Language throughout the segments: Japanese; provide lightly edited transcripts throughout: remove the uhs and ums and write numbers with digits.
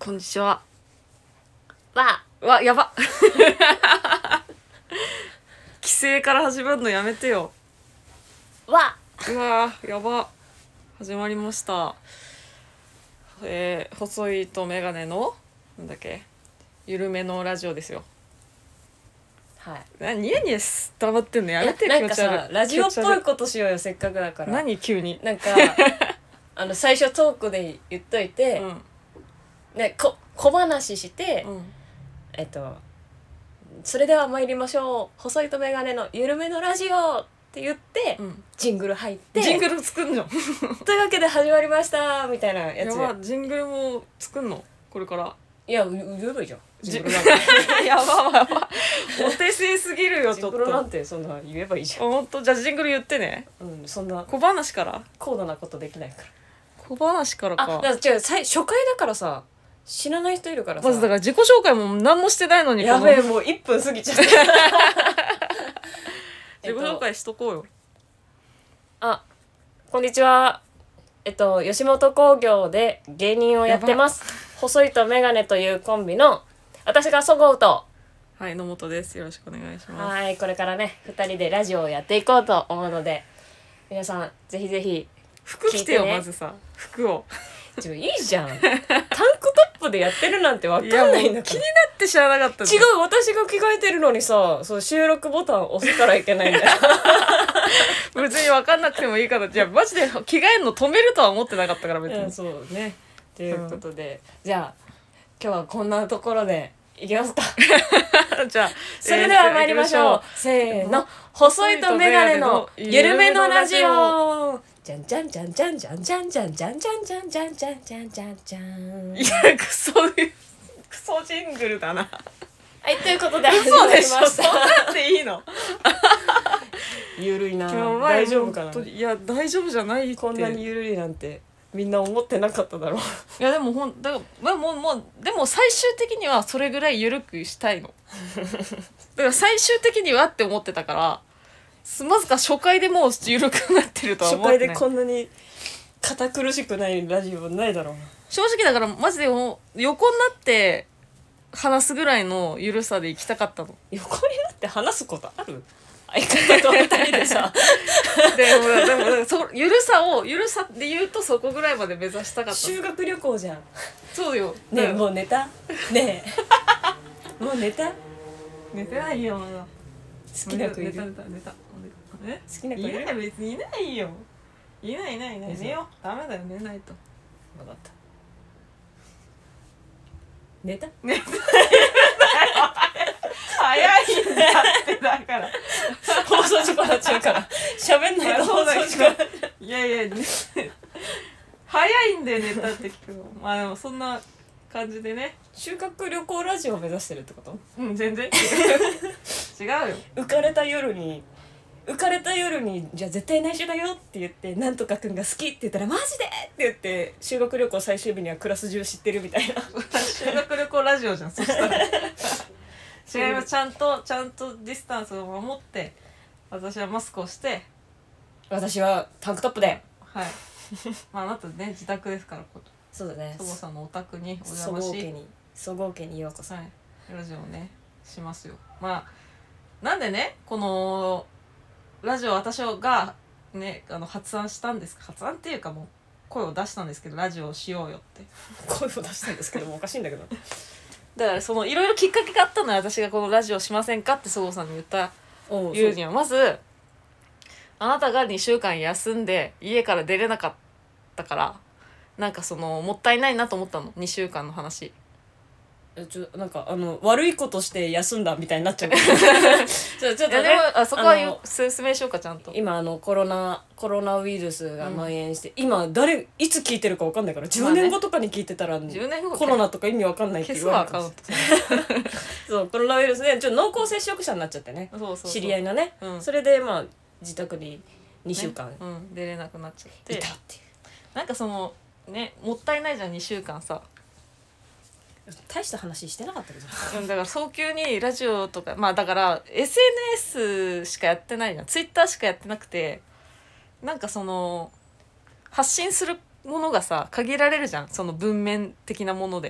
こんにちは。 わやば規制から始まるのやめてよ。うわやば。始まりました。細いとメガネのなんだっけ、緩めのラジオですよ。 はい。 ニヤニヤ黙ってんのやめて。 なんかさ、ラジオっぽいことしようよ、せっかくだから。 何急に。 なんか最初トークで言っといて、ね、小話して、それでは参りましょう、細いとメガネの緩めのラジオって言って、ジングル入って、 ジングル作んのというわけで始まりましたみたいなやつ。 やば、ジングルも作んのこれから。 いや、言えばいいじゃん、ジングルなんてやばお手製すぎるよ。ちょっとジングルなんてそんな言えばいいじゃん。 ほんと。じゃあジングル言ってね。 そんな小話から。 高度なことできないから。 小話からか。 だから初回だからさ、知らない人いるからさ。 まずだから自己紹介も何もしてないのに。 やべえ、もう1分過ぎちゃった自己紹介しとこうよ。 こんにちは。吉本興業で芸人をやってます。細いとメガネというコンビの私がそごうと。 はい、野本です。よろしくお願いします。 はい、これからね2人でラジオをやっていこうと思うので、皆さんぜひぜひ服着てよ、まずさ服を。 いいじゃんタンクトップでやってるなんてわかんないんだから。 気になって知らなかった。 違う、私が着替えてるのにさ、そう収録ボタン押すからいけないんだよ別に分かんなくてもいいから。じゃあマジで着替えるの止めるとは思ってなかったから別に。 そうね。ということで、じゃあ今日はこんなところでいきますかじゃあそれでは参りましょう。せーの、細いとメガネの緩めのラジオ。じゃんじゃんじゃんじゃんじゃんじゃんじゃんじゃんじゃんじゃんじゃんじゃんじゃんじゃんじゃん。 いや、クソジングルだな。 はい、ということで始まりました。 そんなんでいいのゆるいな。大丈夫かな。 いや、大丈夫じゃないって。 こんなにゆるいなんてみんな思ってなかっただろういやでもだからもうでも最終的にはそれぐらいゆるくしたいのだから最終的にはって思ってたから、まさか初回でもうゆるくなってるとは思ってない。 初回でこんなに堅苦しくないラジオないだろうな。 正直だからマジでもう横になって話すぐらいのゆるさで行きたかったの。 横になって話すことある？相方と二人でさでもゆるさで言うとそこぐらいまで目指したかった。 修学旅行じゃん。 そうよ。 ねえ、もう寝た？ねえもう寝た？ 寝てないよ。 好きな子いる？ 寝た。え？ 好きな子いる？ いない、別にいないよ。いない寝よう。ダメだよ、寝ないと。 分かった。寝た？ 寝た早いんだってだから放送事故になっちゃうから喋んないと放送事故。 いや、早いんで寝たって聞くの。まあでもそんな感じでね。 修学旅行ラジオを目指してるってこと？ 全然違うよ。 浮かれた夜にじゃあ絶対内緒だよって言って、なんとかくんが好きって言ったらマジでって言って、修学旅行最終日にはクラス中知ってるみたいな修学旅行ラジオじゃんそしたら違います。ちゃんとディスタンスを守って、私はマスクをして、 私はタンクトップで。 はい。まああなたね、自宅ですから。 そうだね。 そごさんのお宅にお邪魔し、 そごう家にようこそ。 はい、ラジオをねしますよ。まあなんでね、このラジオ私がね発案したんです。発案っていうかもう声を出したんですけど、ラジオをしようよって声を出したんですけどもおかしいんだけどだからそのいろいろきっかけがあったのよ。私がこのラジオしませんかってそごさんに言うには、まずあなたが2週間休んで家から出れなかったから、なんかもったいないなと思ったの。2週間の話なんか悪いことして休んだみたいになっちゃうちょっとね、 でもそこは説明しようかちゃんと。 今コロナウイルスが蔓延して、今いつ聞いてるか分かんないから、10年後とかに聞いてたら、 10年後コロナとか意味分かんないって言われてそうコロナウイルスで濃厚接触者になっちゃってね。 そう知り合いのね、それでまあ自宅に2週間、 出れなくなっちゃっていたっていう。 なんかね、もったいないじゃん2週間さ。 大した話してなかったけどだから早急にラジオとか、まあだから SNS しかやってないじゃん。 Twitter しかやってなくて、なんか発信するものがさ限られるじゃん、その文面的なもので。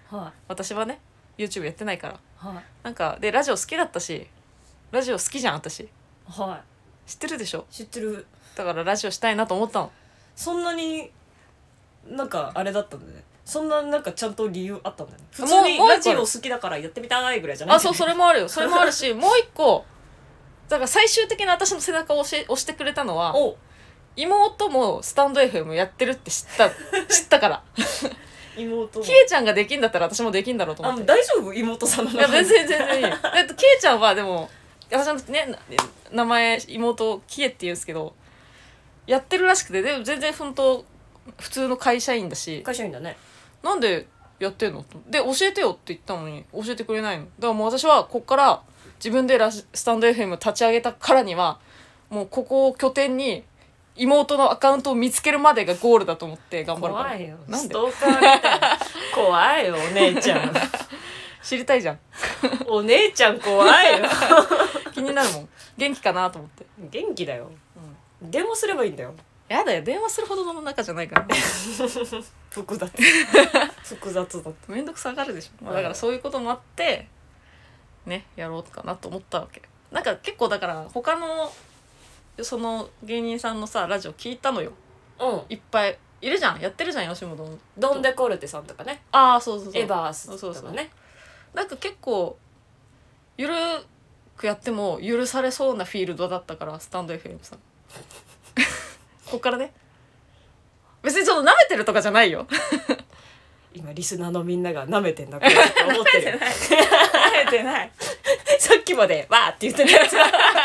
は私はね YouTube やってないから。 いはいなんかでラジオ好きだったし、ラジオ好きじゃん私。 は知ってるでしょ。 い知ってる。 だからラジオしたいなと思ったの。 そんなになんかあれだったんだね。そんななんかちゃんと理由あったんだね。普通にもうラジオ好きだからやってみたいぐらいじゃないんだね。 それもあるよ。それもあるしもう一個だから最終的な私の背中を押してくれたのは、 お妹もスタンド FM やってるって知ったから妹キエちゃんができんだったら私もできんだろうと思って。 大丈夫妹さんのいや全然いいよ。キエちゃんはでも私のね名前妹キエって言うんですけどやってるらしくて、でも全然普通の会社員だし、 会社員だね。 なんでやってんので教えてよって言ったのに教えてくれないの。だからもう私はこっから自分でスタンド FM 立ち上げたからにはもうここを拠点に妹のアカウントを見つけるまでがゴールだと思って頑張るから。 怖いよ。 なんでストーカーみたいな。怖いよお姉ちゃん。 知りたいじゃんお姉ちゃん怖いよ。 気になるもん。元気かなと思って。 元気だよ、電話すればいいんだよ。 やだよ電話するほどの仲じゃないから複雑複雑だっためんどくさがるでしょ、だからそういうこともあってねやろうかなと思ったわけ。なんか結構だから他のその芸人さんのさラジオ聞いたのよ。いっぱいいるじゃん、やってるじゃん吉本のドン・デコルテさんとかね。 ああそうエバースとかね。 そうなんか結構ゆるくやっても許されそうなフィールドだったからスタンド FM さんこっからね別にちょっと舐めてるとかじゃないよ今リスナーのみんなが舐めてんだこれって思ってる。 舐めてないさっきまでわーって言ってるやつが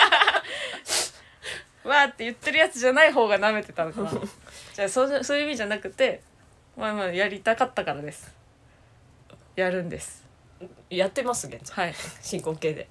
わーって言ってるやつじゃない方が舐めてたのかなじゃあそういう意味じゃなくてまあやりたかったからです。やるんです。 やってます現在。 はい進行形で。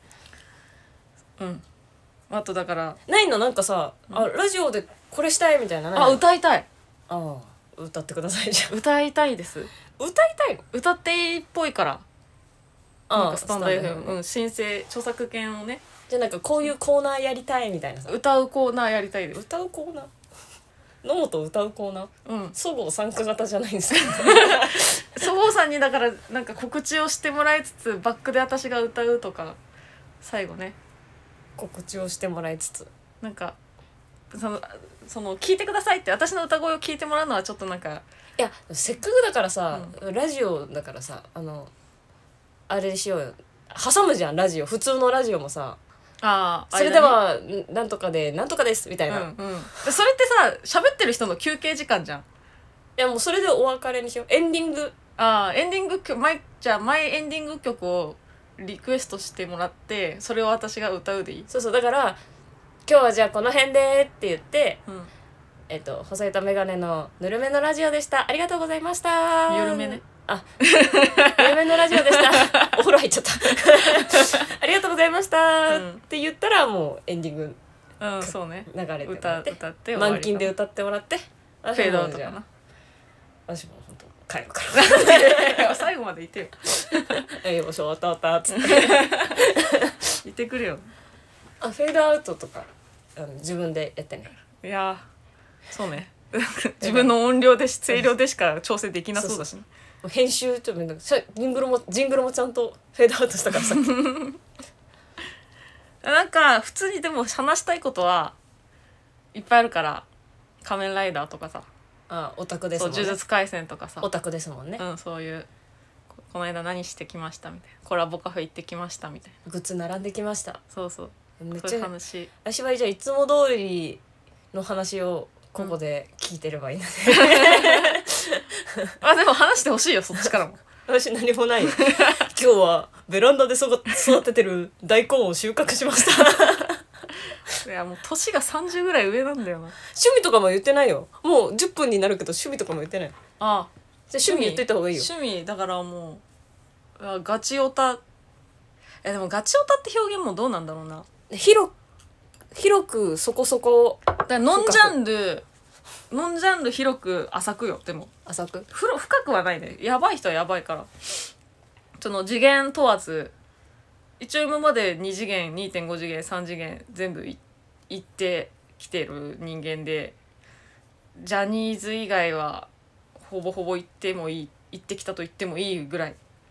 あとだからないのなんかさ、ラジオでこれしたいみたいな。 歌いたい。 歌ってくださいじゃん。 歌いたいです。 歌いたいの？ 歌っていいっぽいからなんかスタンド FM 申請著作権をね。 じゃあなんかこういうコーナーやりたいみたいなさ。 歌うコーナーやりたいです。 歌うコーナー野本歌うコーナー、そごう参加型じゃないんですかそごうさんにだからなんか告知をしてもらいつつバックで私が歌うとか最後ね告知をしてもらいつつなんかその聞いてくださいって私の歌声を聞いてもらうのはちょっとなんかいやせっかくだからさ、ラジオだからさあれしようよ。挟むじゃんラジオ。普通のラジオもさそれではなんとかでなんとかですみたいな、 それってさ喋ってる人の休憩時間じゃん。 いやもうそれでお別れにしよう。エンディングエンディング曲じゃあマイエンディング曲をリクエストしてもらってそれを私が歌うでいい？ そうだから今日はじゃあこの辺でって言って、細いとメガネのぬるめのラジオでした。ありがとうございました。 ゆるめね。 ゆるめのラジオでしたお風呂入っちゃったありがとうございました、って言ったらもうエンディングそうね流れてもらって歌って満勤で歌ってもらってフェードアウトかな。 私も本当帰るから最後までいてよよし終わったっつっていてくれよ。 フェードアウトとか自分でやってね。 いやそうね自分の音量で声量でしか調整できなそうだし、ね、 編集ちょっとめんどくさい。ジングルもちゃんとフェードアウトしたからさなんか普通にでも話したいことはいっぱいあるから仮面ライダーとかさオタクですもんね。 呪術廻戦とかさオタクですもんね。 そういうこの間何してきましたみたいなコラボカフェ行ってきましたみたいなグッズ並んできました。 そうめっちゃそういう話。 私はじゃあいつも通りの話をここで聞いてればいいので、 でも話してほしいよそっちからも私何もないよ今日はベランダで育ててる大根を収穫しましたいやもう年が30ぐらい上なんだよな。 趣味とかも言ってないよ。もう10分になるけど趣味とかも言ってない。じゃあ趣味言っといた方がいいよ。 趣味だからもうガチオタでもガチオタって表現もどうなんだろうな。 広くそこそこだからノンジャンル広く浅くよ。でも浅く深くはないね。やばい人はやばいからその次元問わず一応今まで2次元 2.5 次元3次元全部行ってきてる人間でジャニーズ以外はほぼほぼ行ってきたと言ってもいいぐらい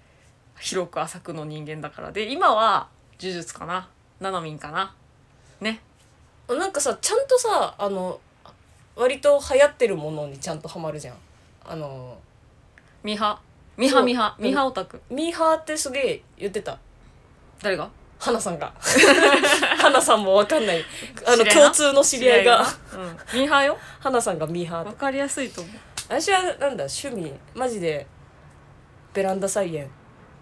広く浅くの人間だから。で今は呪術かな、ななみんかなね。 なんかさちゃんとさ割と流行ってるものにちゃんとハマるじゃん。 ミーハーオタク。 ミーハーってすげえ言ってた。 誰が？ 花さんが花さんも分かんない共通の知り合いがミーハーよ。 花さんがミーハー分かりやすいと思う。 私はなんだ趣味マジでベランダ菜園、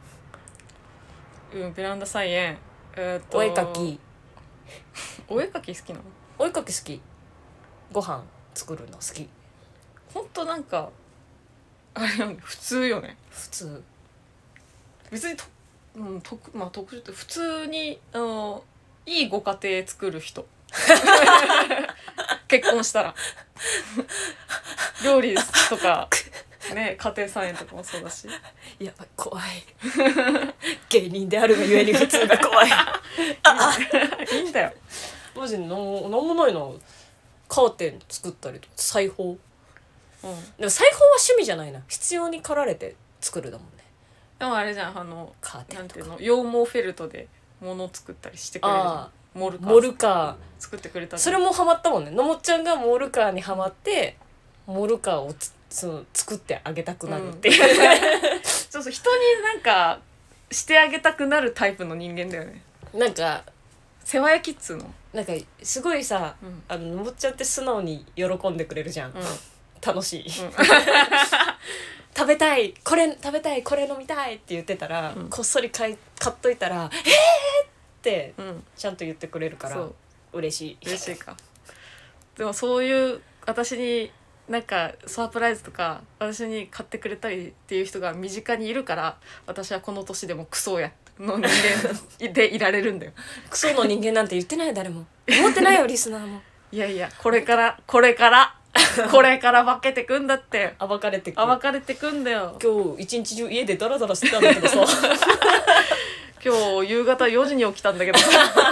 ベランダ菜園、 お絵描き。 お絵描き好きなの？ お絵描き好き。ご飯作るの好き。 ほんとなんかあれよね、普通よね。 普通。 別に特殊って普通にいいご家庭作る人結婚したら料理とかね、家庭菜園とかもそうだし。 やばい怖い芸人であるがゆえに普通が怖いいいんだよマジでなんもないな。カーテン作ったりとか裁縫、でも裁縫は趣味じゃないな、必要に駆られて作るだもんね。 でもあれじゃん、 カーテンなんていうの、羊毛フェルトで物作ったりしてくれるじゃん。モルカー作ってくれた。 それもハマったもんね。のもっちゃんがモルカーにハマってモルカーを作ってあげたくなるっていう、 そうそう、人になんかしてあげたくなるタイプの人間だよね。 なんか世話焼きっつうの。 なんかすごいさ、のもっちゃんって素直に喜んでくれるじゃん、楽しい、食べたいこれ食べたいこれ飲みたいって言ってたら、こっそり買っといたらってちゃんと言ってくれるから、嬉しいか。でもそういう私になんかサプライズとか私に買ってくれたりっていう人が身近にいるから、私はこの年でもクソやの人間でいられるんだよ。 クソの人間なんて言ってないよ誰も。思ってないよリスナーも。 いやいや、これから化けてくんだって。 暴かれてくんだよ。 今日一日中家でダラダラしてたんだけどさ今日夕方4時に起きたんだけど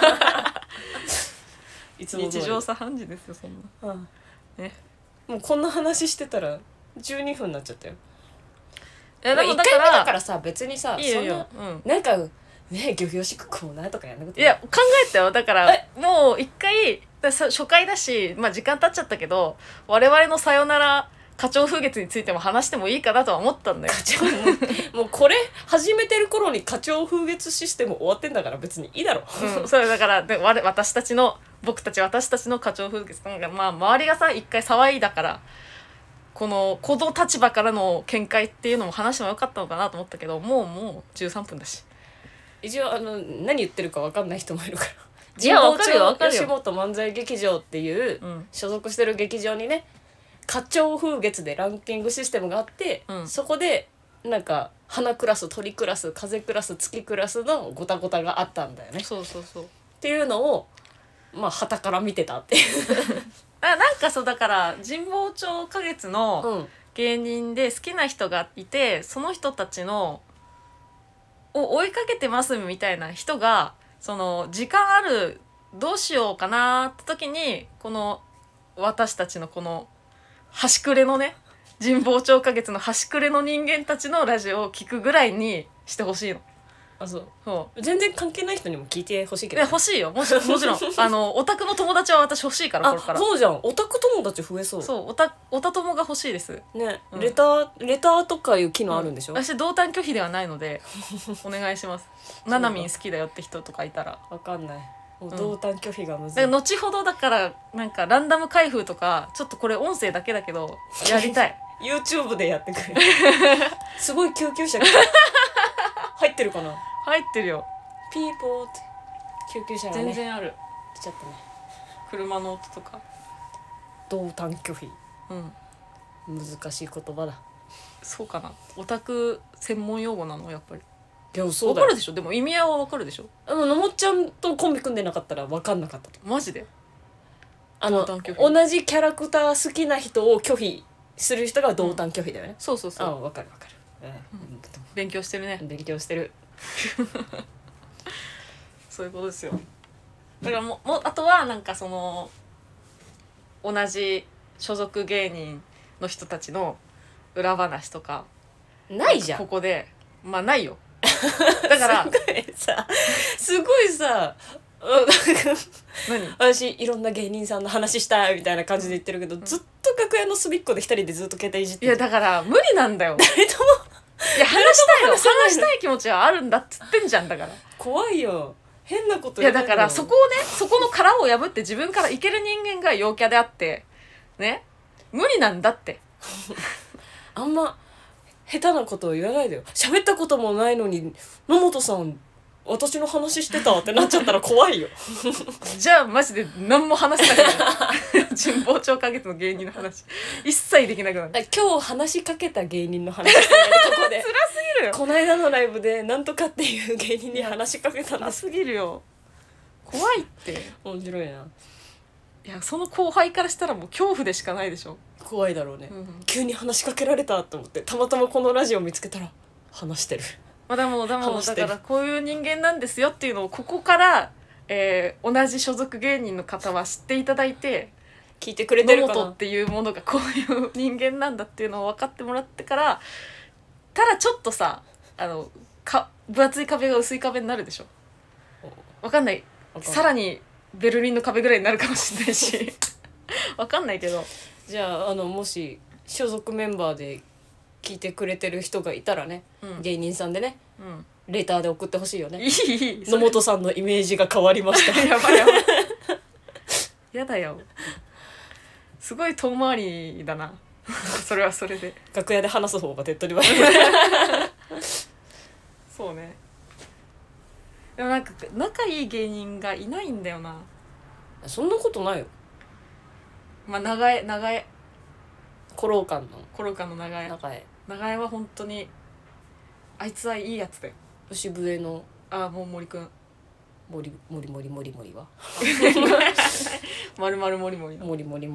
いつも日常茶飯事ですよそんな、ね。 もうこんな話してたら12分になっちゃったよ。 でも 1回目だからさ別にさ、 いいよいいよ、 なんかねギョギョしくコーナーとかやんなくていや考えたよ。だからもう一回初回だし、時間経っちゃったけど我々のさよなら花鳥風月についても話してもいいかなとは思ったんだよ。 もうこれ始めてる頃に花鳥風月システム終わってんだから別にいいだろ、 それだから私たちの花鳥風月なんか周りがさ一回騒いだから、この立場からの見解っていうのも話してもよかったのかなと思ったけど、もう13分だし、 一応何言ってるか分かんない人もいるからいや分かるよ吉本漫才劇場っていう、所属してる劇場にね花鳥風月でランキングシステムがあって、そこでなんか花クラス鳥クラス風クラス月クラスのゴタゴタがあったんだよね。 そうっていうのを傍から見てたっていうなんかそうだから神保町花月の芸人で好きな人がいて、その人たちのを追いかけてますみたいな人がその時間あるどうしようかなって時にこの私たちのこの端くれのね神保町花月の端くれの人間たちのラジオを聞くぐらいにしてほしいの。 そう全然関係ない人にも聞いてほしいけど、 欲しいよもちろんオタクの友達は私欲しいからこれからそうじゃん、オタク友達増えそう。 そうオタ友が欲しいですね、レターとかいう機能あるんでしょ、 私同担拒否ではないのでお願いしますななみん好きだよって人とかいたらわかんない、もう同担拒否がむずい、 だから後ほどだからなんかランダム開封とかちょっとこれ音声だけだけどやりたい YouTube でやってくれすごい救急車が入ってるかな。 入ってるよ。 ピーポーって救急車がね全然ある。 来ちゃったね。 車の音とか。 同担拒否、難しい言葉だ。 そうかな、オタク専門用語なのやっぱり。 いやそうだよ。 分かるでしょ、でも意味合いは分かるでしょ。 のもっちゃんとコンビ組んでなかったら分かんなかったと。 マジで同じキャラクター好きな人を拒否する人が同担拒否だよね、 そう分かる、 勉強してるね。 勉強してるそういうことですよ。だからもうあとはなんかその同じ所属芸人の人たちの裏話とかないじゃん。 ここでないよだからすごいさ何私いろんな芸人さんの話したいみたいな感じで言ってるけど、ずっと楽屋の隅っこで一人でずっと携帯いじっていやだから無理なんだよ。 誰ともいや話したいの、話したい気持ちはあるんだって言ってんじゃん。だから怖いよ、変なこといやだからそこをね、そこの殻を破って自分からいける人間が陽キャであってね、無理なんだってあんま下手なことを言わないでよ。喋ったこともないのに野本さん私の話してたってなっちゃったら怖いよじゃあマジで何も話せなくなる神保町花月の芸人の話一切できなくなる。 今日話しかけた芸人の話してないここで辛すぎるよ。 この間のライブでなんとかっていう芸人に話しかけたんです辛すぎるよ、怖いって。 面白いな。 いやその後輩からしたらもう恐怖でしかないでしょ。 怖いだろうね、 急に話しかけられたと思ってたまたまこのラジオ見つけたら話してる。 まあでもだからこういう人間なんですよっていうのをここから、同じ所属芸人の方は知っていただいて、 聞いてくれてるかな。 野本っていうものがこういう人間なんだっていうのを分かってもらってから、ただちょっとさ分厚い壁が薄い壁になるでしょ。分かんない、さらにベルリンの壁ぐらいになるかもしれないし分かんないけど、 じゃあもし所属メンバーで聞いてくれてる人がいたらね、芸人さんでね、レターで送ってほしいよね。 いい野本さんのイメージが変わりましたやばいやばいやだよ、すごい遠回りだなそれはそれで楽屋で話す方が手っ取り早いそうね。でもなんか仲いい芸人がいないんだよな。 そんなことないよ。 まあ長江コローカンの長江は本当にあいつはいいやつだよ。 牛笛のもう森くん森はまるまる森森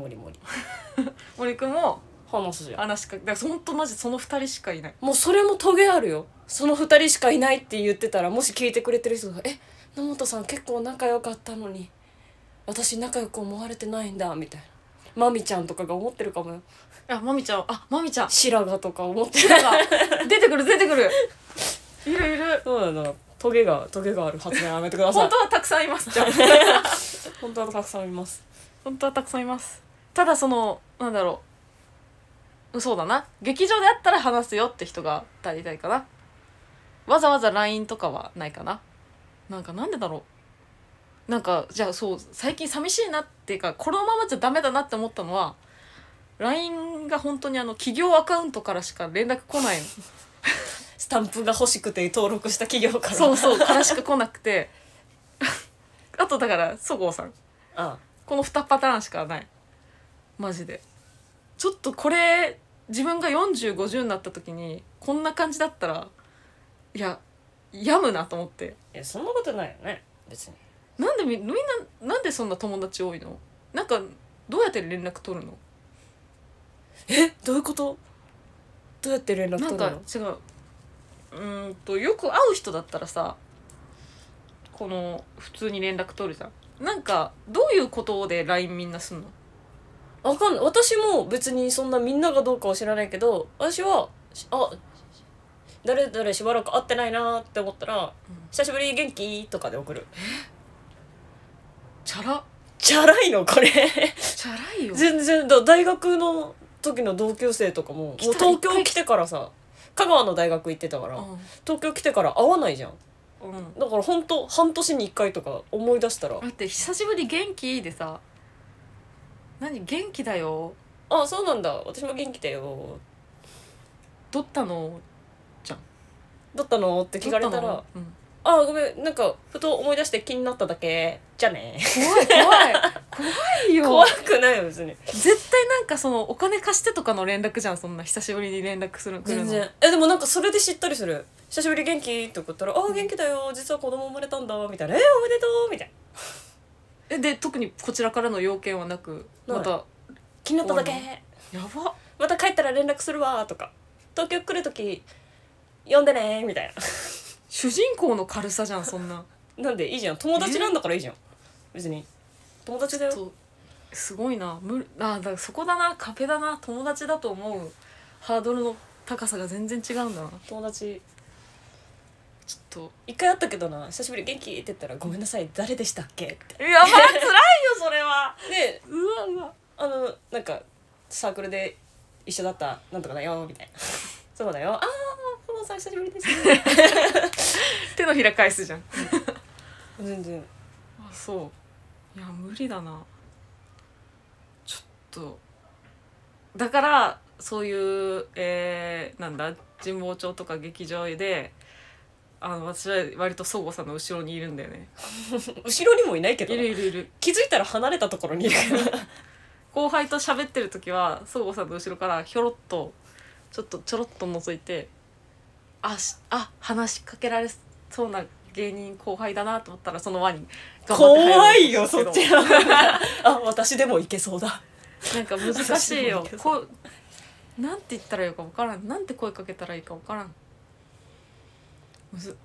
くんも話すじゃん。 話しかけだから本当マジその2人しかいない。 もうそれもトゲあるよ。その2人しかいないって言ってたら、もし聞いてくれてる人が野本さん結構仲良かったのに私仲良く思われてないんだみたいな、マミちゃんとかが思ってるかもよ。 マミちゃん白髪とか思ってる出てくるいるそうだな、トゲがある発言やめてください本当はたくさんいますじゃん本当はたくさんいます。 ただなんだろう、そうだな、劇場であったら話すよって人が足りたいかな。わざわざ LINE とかはないかな。なんでだろう。じゃあ最近寂しいなっていうか、このままじゃダメだなって思ったのは LINE が本当に企業アカウントからしか連絡来ないのスタンプが欲しくて登録した企業からからしか来なくてあとだからそごうさん、この2パターンしかない。マジでちょっとこれ自分が40、50になった時にこんな感じだったら病むなと思って。 いやそんなことないよね別に。 なんでみんななんでそんな友達多いの？どうやって連絡取るの？ どういうこと？どうやって連絡取るの？ 違う、よく会う人だったらさ、普通に連絡取るじゃん。どういうことで LINE みんなすんの？ わかんない。私も別にそんなみんながどうかは知らないけど、私は誰々しばらく会ってないなって思ったら、久しぶり元気とかで送る。チャラいのこれチャラいよ全然。大学の時の同級生とかも東京来てからさ、香川の大学行ってたから、東京来てから会わないじゃん。だからほんと半年に1回とか思い出したら、 だって久しぶり元気でさ、元気だよ、 そうなんだ私も元気だよ、 どったのじゃん、 どったのって聞かれたら、ごめんふと思い出して気になっただけじゃね。 怖いよ。 怖くないよ別に。 絶対お金貸してとかの連絡じゃん、そんな久しぶりに連絡するの。 全然。でもそれで知ったりする。久しぶり元気って送ったら、元気だよ実は子供生まれたんだみたいな、おめでとうみたいな。で特にこちらからの要件はなく、また気になっただけ、 やば、 また帰ったら連絡するわとか、東京来る時呼んでねみたいな。 主人公の軽さじゃんそんな。 なんでいいじゃん、友達なんだからいいじゃん、別に友達だよ。 すごいな。だからそこだな、壁だな。友達だと思うハードルの高さが全然違うんだな。 友達ちょっと一回会ったけどな、久しぶり元気って言ったらごめんなさい誰でしたっけってやばい辛いよそれはでうわなんかサークルで一緒だったなんとかだよみたいなそうだよあフォローさん久しぶりです手のひら返すじゃん全然あそういや無理だなちょっとだからそういうなんだ神保町とか劇場で私は割とそごさんの後ろにいるんだよね後ろにもいないけどいるいるいる気づいたら離れたところにいるけど後輩と喋ってる時はそごさんの後ろからひょろっとちょろっと覗いて話しかけられそうな芸人後輩だなと思ったらその輪に頑張って入ろうと怖いよそっちはあ私でもいけそうだなんか難しいよなんて言ったらいいか分からんなんて声かけたらいいか分からんむず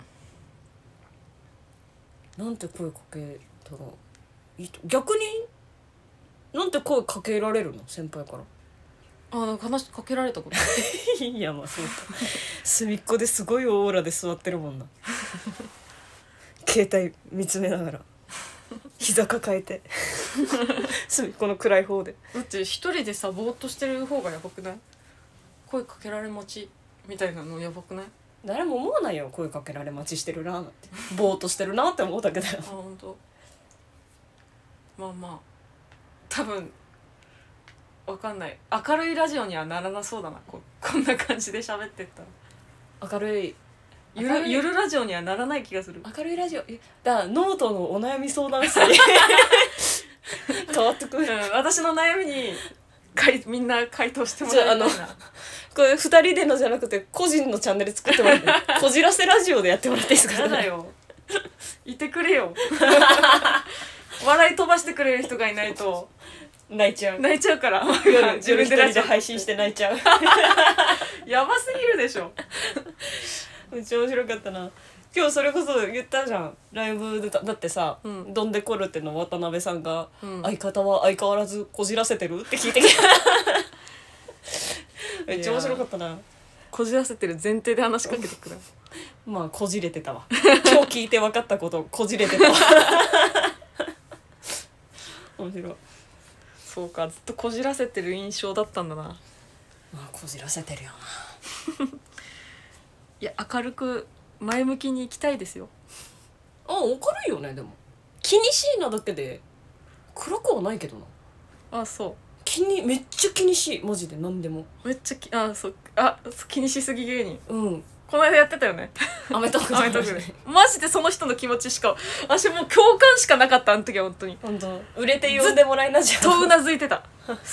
なんて声かけたらいいと逆になんて声かけられるの先輩から話しかけられたこといやまあそうか隅っこですごいオーラで座ってるもんな携帯見つめながら膝抱えて隅っこの暗い方でだって一人でさぼーっとしてる方がやばくない？声かけられ待ちみたいなのやばくない？ 誰も思わないよ声かけられ待ちしてるなってぼーっとしてるなって思うだけだよ本当。まあまあ多分わかんない明るいラジオにはならなそうだなこんな感じで喋ってったら明るいゆるラジオにはならない気がする明るいラジオだからノートのお悩み相談室に変わってくる、 私の悩みにみんな回答してもらいたいなこれ2人でのじゃなくて個人のチャンネル作ってもらってこじらせラジオでやってもらっていいですか？ やだよいてくれよ笑い飛ばしてくれる人がいないと泣いちゃうから夜自分で配信して泣いちゃうやばすぎるでしょめっちゃ面白かったな今日それこそ言ったじゃんライブでだってさ、どんでこるっての渡辺さんが、相方は相変わらずこじらせてるって聞いてきためっちゃ面白かったなこじらせてる前提で話しかけてくるまあこじれてたわ今日聞いて分かったことこじれてたわ面白いそうかずっとこじらせてる印象だったんだなまあこじらせてるよいや明るく前向きにいきたいですよ明るいよねでも気にしいなだけで暗くはないけどなそうめっちゃ気にしいマジで何でもめっちゃ気にしすぎ芸人うんこの間やってたよねアメトークでマジでその人の気持ちしか私もう共感しかなかったあの時は本当に本当売れて呼んでもらいなじゃんずっとうなずいてた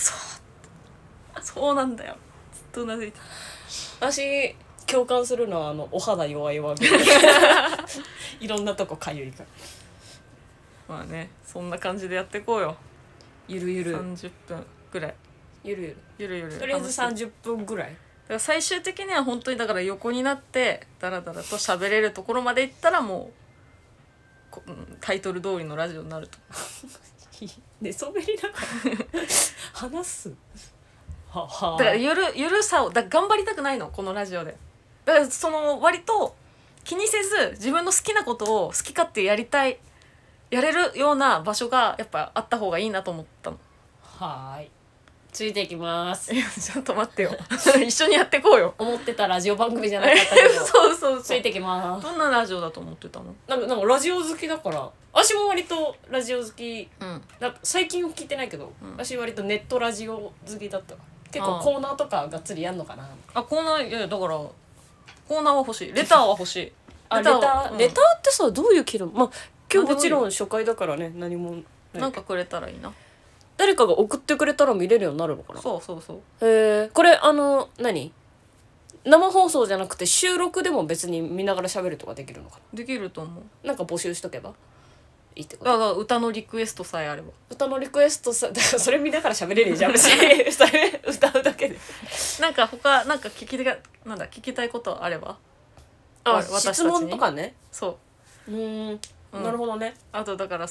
そうなんだよずっとうなずいてた私共感するのはお肌弱いわいろんなとこかゆいからまあねそんな感じでやっていこうよゆるゆる 30分ぐらいゆるゆるゆるとりあえず30分ぐらいだから最終的には本当にだから横になってダラダラと喋れるところまで行ったらもうタイトル通りのラジオになると寝そべりながら話すだからゆるさを頑張りたくないのこのラジオでだから割と気にせず自分の好きなことを好き勝手やれるような場所がやっぱあった方がいいなと思ったのはーいついていきますいやちょっと待ってよ一緒にやってこうよ思ってたラジオ番組じゃなかったけどそうついていきますどんなラジオだと思ってたの？ なんかラジオ好きだから私も割とラジオ好き、 なんか最近は聞いてないけど、私割とネットラジオ好きだった結構ああコーナーとかがっつりやんのかなコーナーいやだからコーナーは欲しいレターは欲しいレターってさどういう機能まあ今日もちろん初回だからね何もなんかくれたらいいな誰かが送ってくれたら見れるようになるのかなそうこれ何生放送じゃなくて収録でも別に見ながら喋るとかできるのかできると思うななんか募集しとけばいいってことだから歌のリクエストさえあれば歌のリクエストさだからそれ見ながら喋れるじゃん別にそれ歌うだけでなんか他なんか聞きたいことあれば私たちに質問とかねそうなるほどねあとだから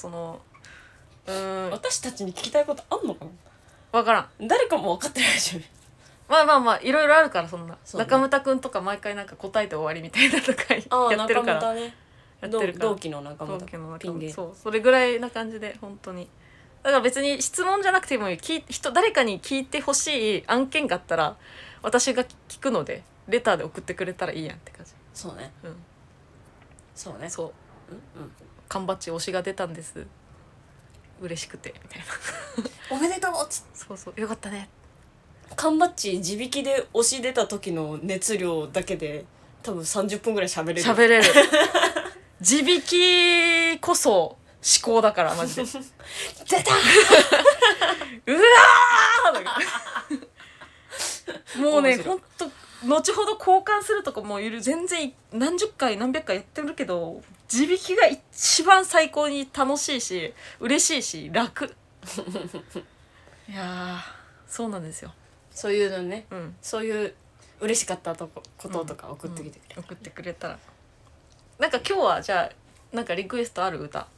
私たちに聞きたいことあんのかな分からん誰かも分かってないでしょまあまあまあいろいろあるからそんな、 そうね中村くんとか毎回なんか答えて終わりみたいなとかやってるから、 中村ね、 やってるから同期の中村ピン芸、 そうそれぐらいな感じで本当にだから別に質問じゃなくてもいい誰かに聞いてほしい案件があったら私が聞くのでレターで送ってくれたらいいやんって感じ。 そうね、 うん、 そうね、 そううんうん、 缶バッジ推しが出たんです嬉しくてみたいなおめでとうっつってそうそうよかったね。 缶バッジ自力で押し出た時の熱量だけで多分30分ぐらい喋れる自力こそ思考だからマジで出たうわーもうねほんと後ほど交換するとかも全然何十回何百回やってるけど自力が一番最高に楽しいし嬉しいし楽いやそうなんですよ。 そういうのね、 うん、 そういう嬉しかったこととか送ってきてくれ、 送ってくれたらなんか今日はじゃあなんかリクエストある歌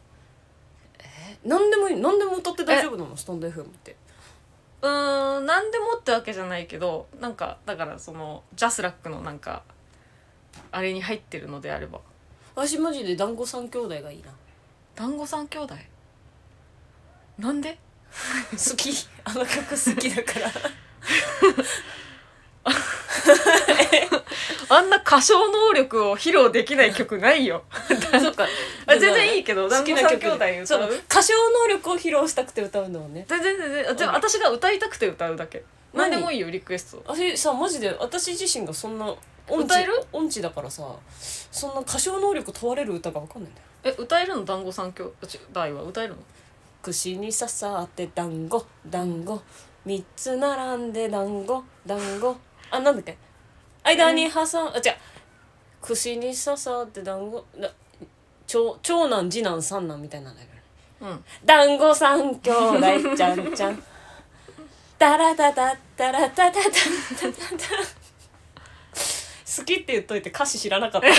何でもいい、何でも歌って大丈夫なのスタンド FM って何でもってわけじゃないけどなんかだからそのジャスラックのなんかあれに入ってるのであれば私マジで団子三兄弟がいいな。 団子三兄弟なんで好きあの曲好きだからあんな歌唱能力を披露できない曲ないよそうか全然いいけど好きな曲団子三兄弟歌う歌唱能力を披露したくて歌うのね。 全然私が歌いたくて歌うだけ。何でもいいよリクエスト。 私さマジで私自身がそんな歌える音痴だからさそんな歌唱能力問われる歌が分かんないんだよ。 歌えるの団子三兄弟は歌えるの。 串に刺さって団子団子3つ並んで団子団子なんだっけ間に挟ん違う串に刺さって団子長男次男三男みたいなんだけど、団子三兄弟ちゃんちゃんタラタタタラタタタタタ好きって言っといて歌詞知らなかった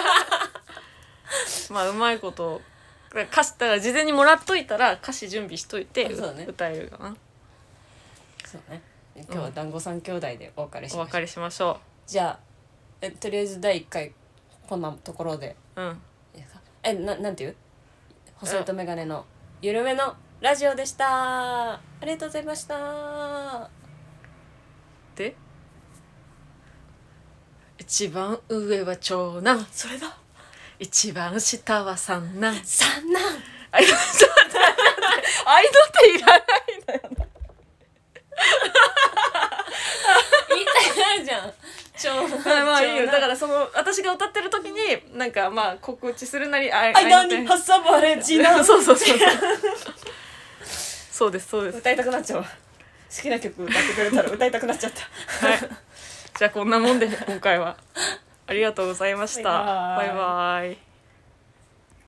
まあうまいこと歌詞だから事前にもらっといたら歌詞準備しといて、 ね、 歌えるかな。 そうね。今日は団子三兄弟でお別れしましょう。 お別れしましょう。 じゃあとりあえず第1回こんなところで、なんていう細いとメガネの緩めのラジオでした。ありがとうございました。 で一番上は長男、 それだ。 一番下は三男。 三男。 アイドっていらないんだよな。 言いたいなじゃん。 まあいいよ。だからその私が歌ってる時になんかまあ告知するなり間に挟まれ次男。 そうそうです歌いたくなっちゃう。好きな曲歌ってくれたら歌いたくなっちゃった。 はい。じゃあこんなもんで今回はありがとうございました。バイバイ。